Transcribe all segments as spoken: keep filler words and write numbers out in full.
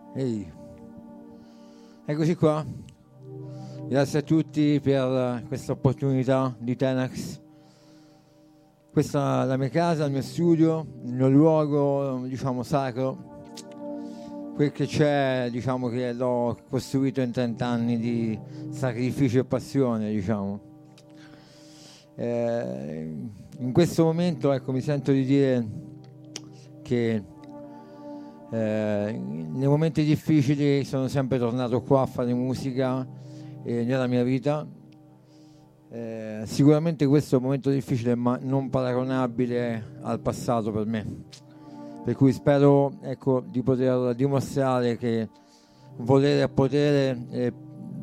Ehi, eccoci qua. Grazie a tutti per questa opportunità di Tenax. Questa è la mia casa, il mio studio, il mio luogo, diciamo, sacro. Quel che c'è, diciamo, che l'ho costruito in trent'anni di sacrificio e passione, diciamo. Eh, in questo momento, ecco, mi sento di dire che Eh, nei momenti difficili sono sempre tornato qua a fare musica eh, nella mia vita. Eh, sicuramente questo è un momento difficile, ma non paragonabile al passato per me. Per cui spero, ecco, di poter dimostrare che volere a potere e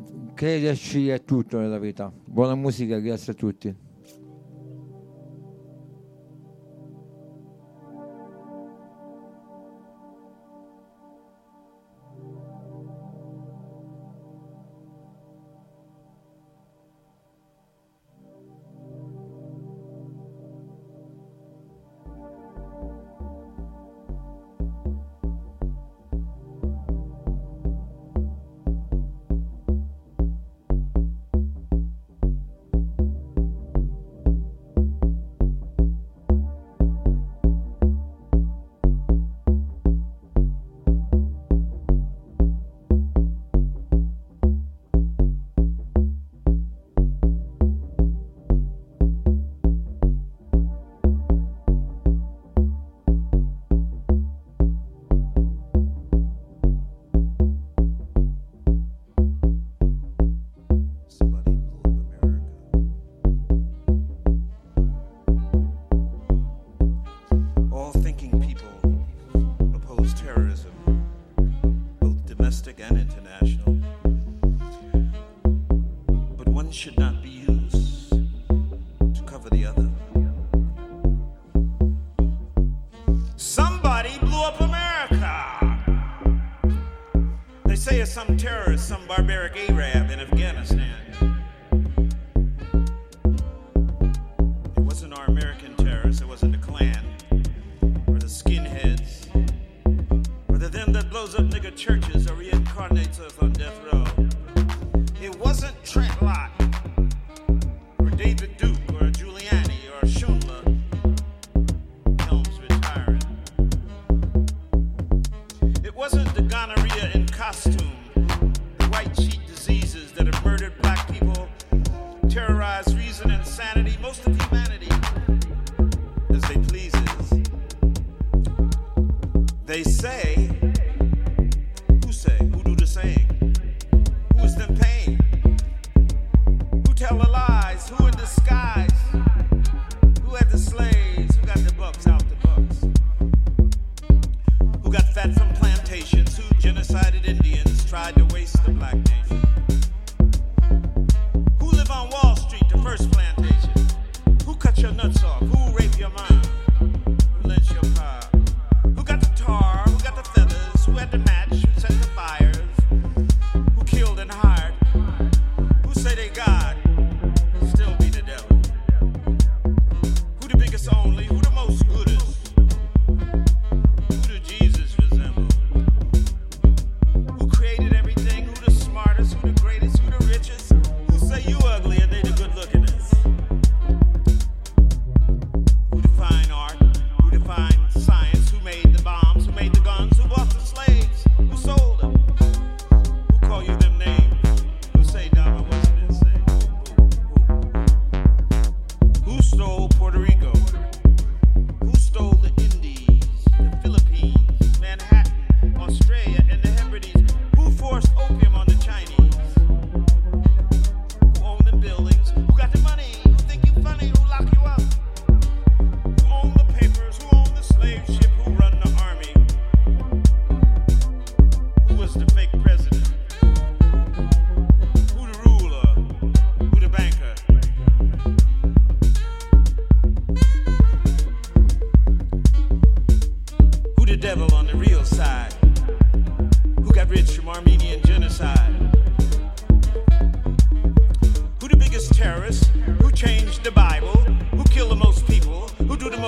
crederci è tutto nella vita. Buona musica, grazie a tutti.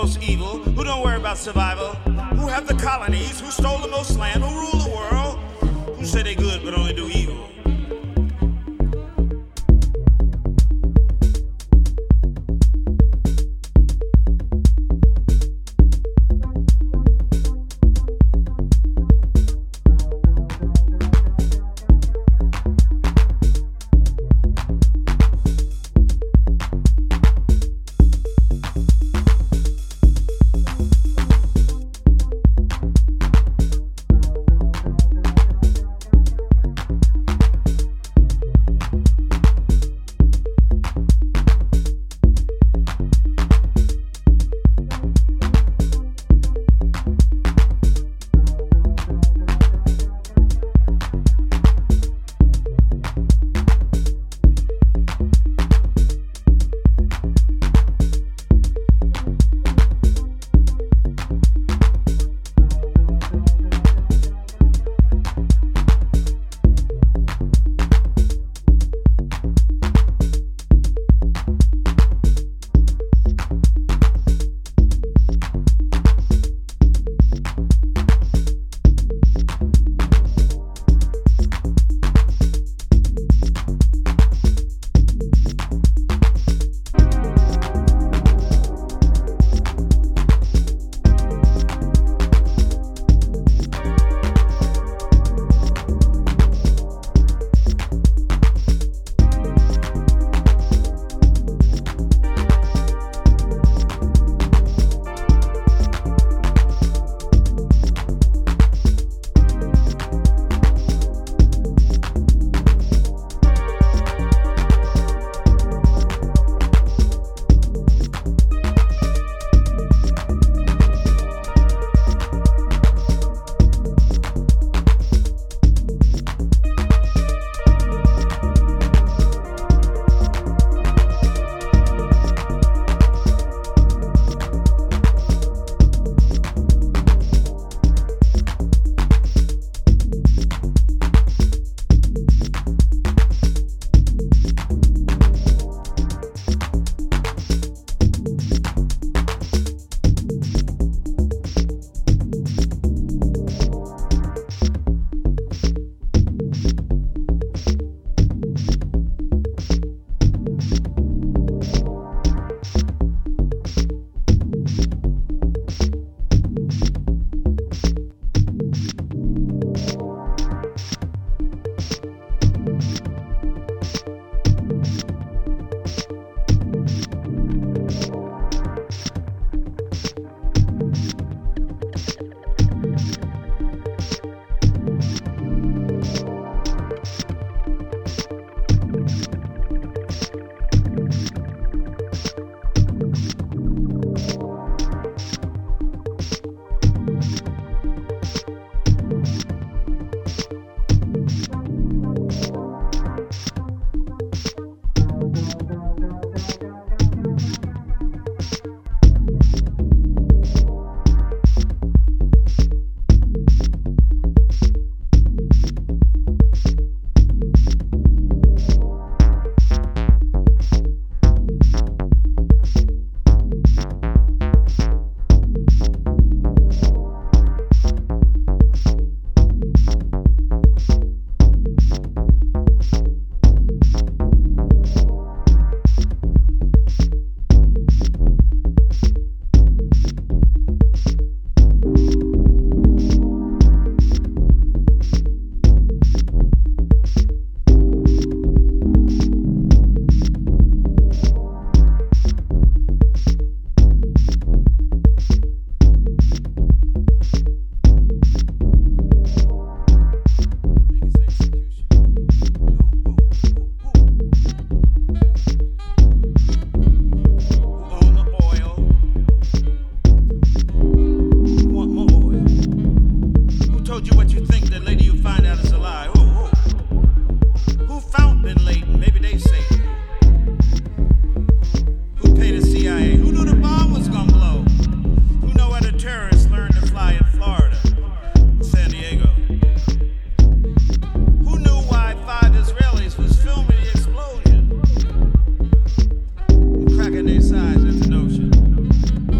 Survival, who have the colonies, who stole the most land, who rule the world, Who say they good but only do evil?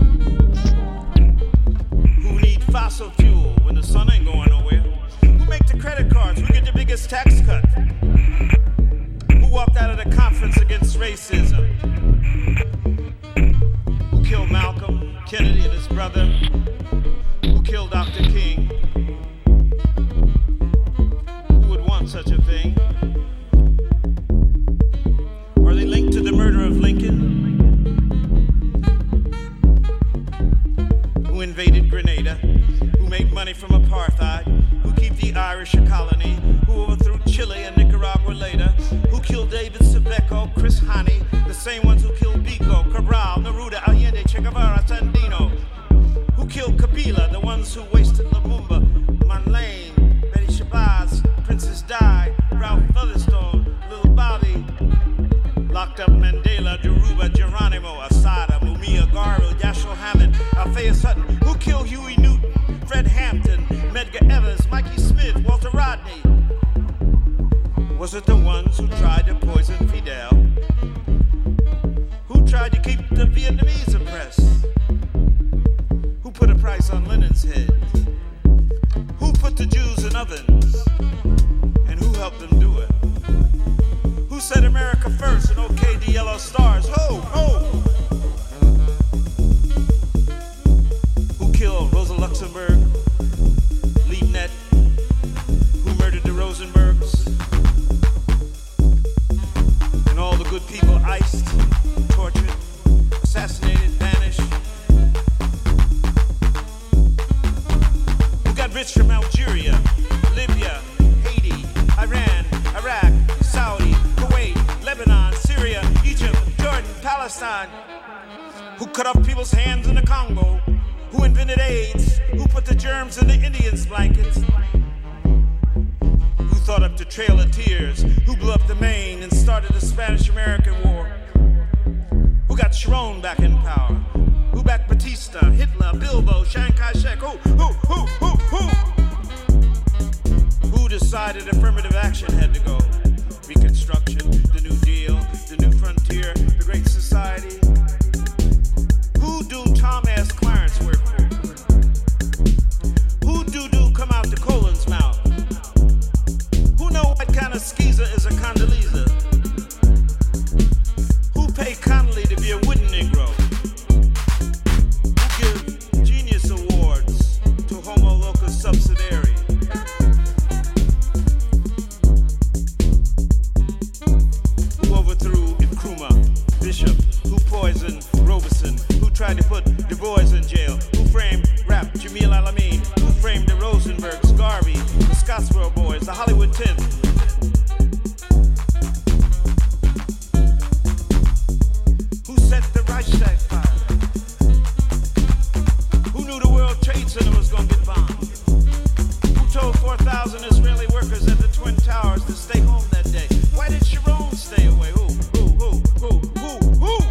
fossil fuel when the sun ain't going nowhere? Who make the credit cards? Who get the biggest tax cut? Who walked out of the conference against racism? Who killed Malcolm, Kennedy and his brother? Who killed Doctor King? Who would want such a thing? Are they linked to the murder of Lincoln? Who invaded Grenada? Who made money from apartheid? Who keep the Irish a colony? Who overthrew Chile and Nicaragua later? Who killed David Sebeco, Chris Hani? The same ones who killed Biko, Cabral, Neruda, Allende, Che Guevara, Sandino. Who killed Kabila? The ones who wasted Lumumba, Manlane, Betty Shabazz, Princess Di, Ralph Featherstone, Little Bobby. Locked up Mandela, Jaruba, Geronimo, Asada, Mumia, Garvey, Dashiell Hammond, Althea Sutton. Who killed Huey Newton, Fred Hampton, Medgar Evers, Mikey Smith, Walter Rodney? Was it the ones who tried to poison Fidel? Who tried to keep the Vietnamese oppressed? Who put a price on Lenin's head? Who put the Jews in ovens? And who helped them do it? Who said America first and okayed the yellow stars? Ho, ho! Who killed Rosa Luxemburg, Liebknecht? Who murdered the Rosenbergs? And all the good people iced, tortured, assassinated, banished? Who got rich from Algeria, Libya, Haiti, Iran, Iraq, Saudi, Kuwait, Lebanon, Syria, Egypt, Jordan, Palestine? Who cut off people's hands in the Congo? Who invented AIDS? Who put the germs in the Indians' blankets? Who thought up the Trail of Tears? Who blew up the Maine and started the Spanish-American War? Who got Sharon back in power? Who backed Batista, Hitler, Bilbo, Chiang Kai-shek? Who, who, who, who, who? Who decided affirmative action had to go? Reconstruction, the New Deal, the New Frontier, the Great Society. Who do Tom S. Clarence work for? Who do do come out the colon's mouth? Who know what kind of skeezer is a Condoleezza? Who pay Connolly to be a wooden Negro? Who give genius awards to Homo locus subsidiary? Who overthrew Nkrumah, Bishop? Who poisoned Robeson? Who tried to put Du Bois in jail? Who framed Rap, Jamil Alameen? Who framed the Rosenbergs, Garvey, the Scottsboro Boys, the Hollywood Tenth? Who set the Reichstag fire? Who knew the World Trade Center was going to get bombed? Who told four thousand Israeli workers at the Twin Towers to stay home that day? Why did Sharon stay away? Who, who, who, who, who, who?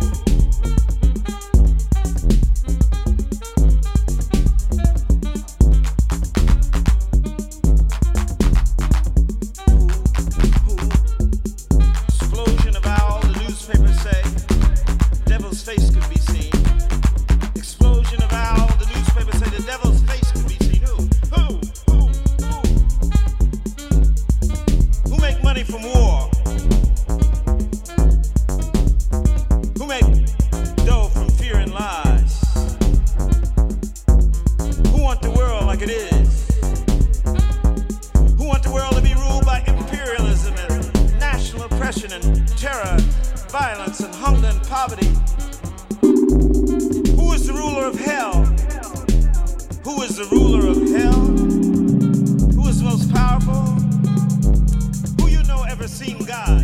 Explosion of owl, the newspapers say. Devil's face could be seen. Explosion of owl, the newspapers say the devil's face could be seen. Who? Who? Who? Who? Who make money from war? Who make dough from fear and lies? Who want the world like it is? Who want the world to be ruled by imperialism and national oppression and terror, violence and hunger and poverty? Who is the ruler of hell? Who is the ruler of hell? Who is the most powerful? Who you know ever seen God?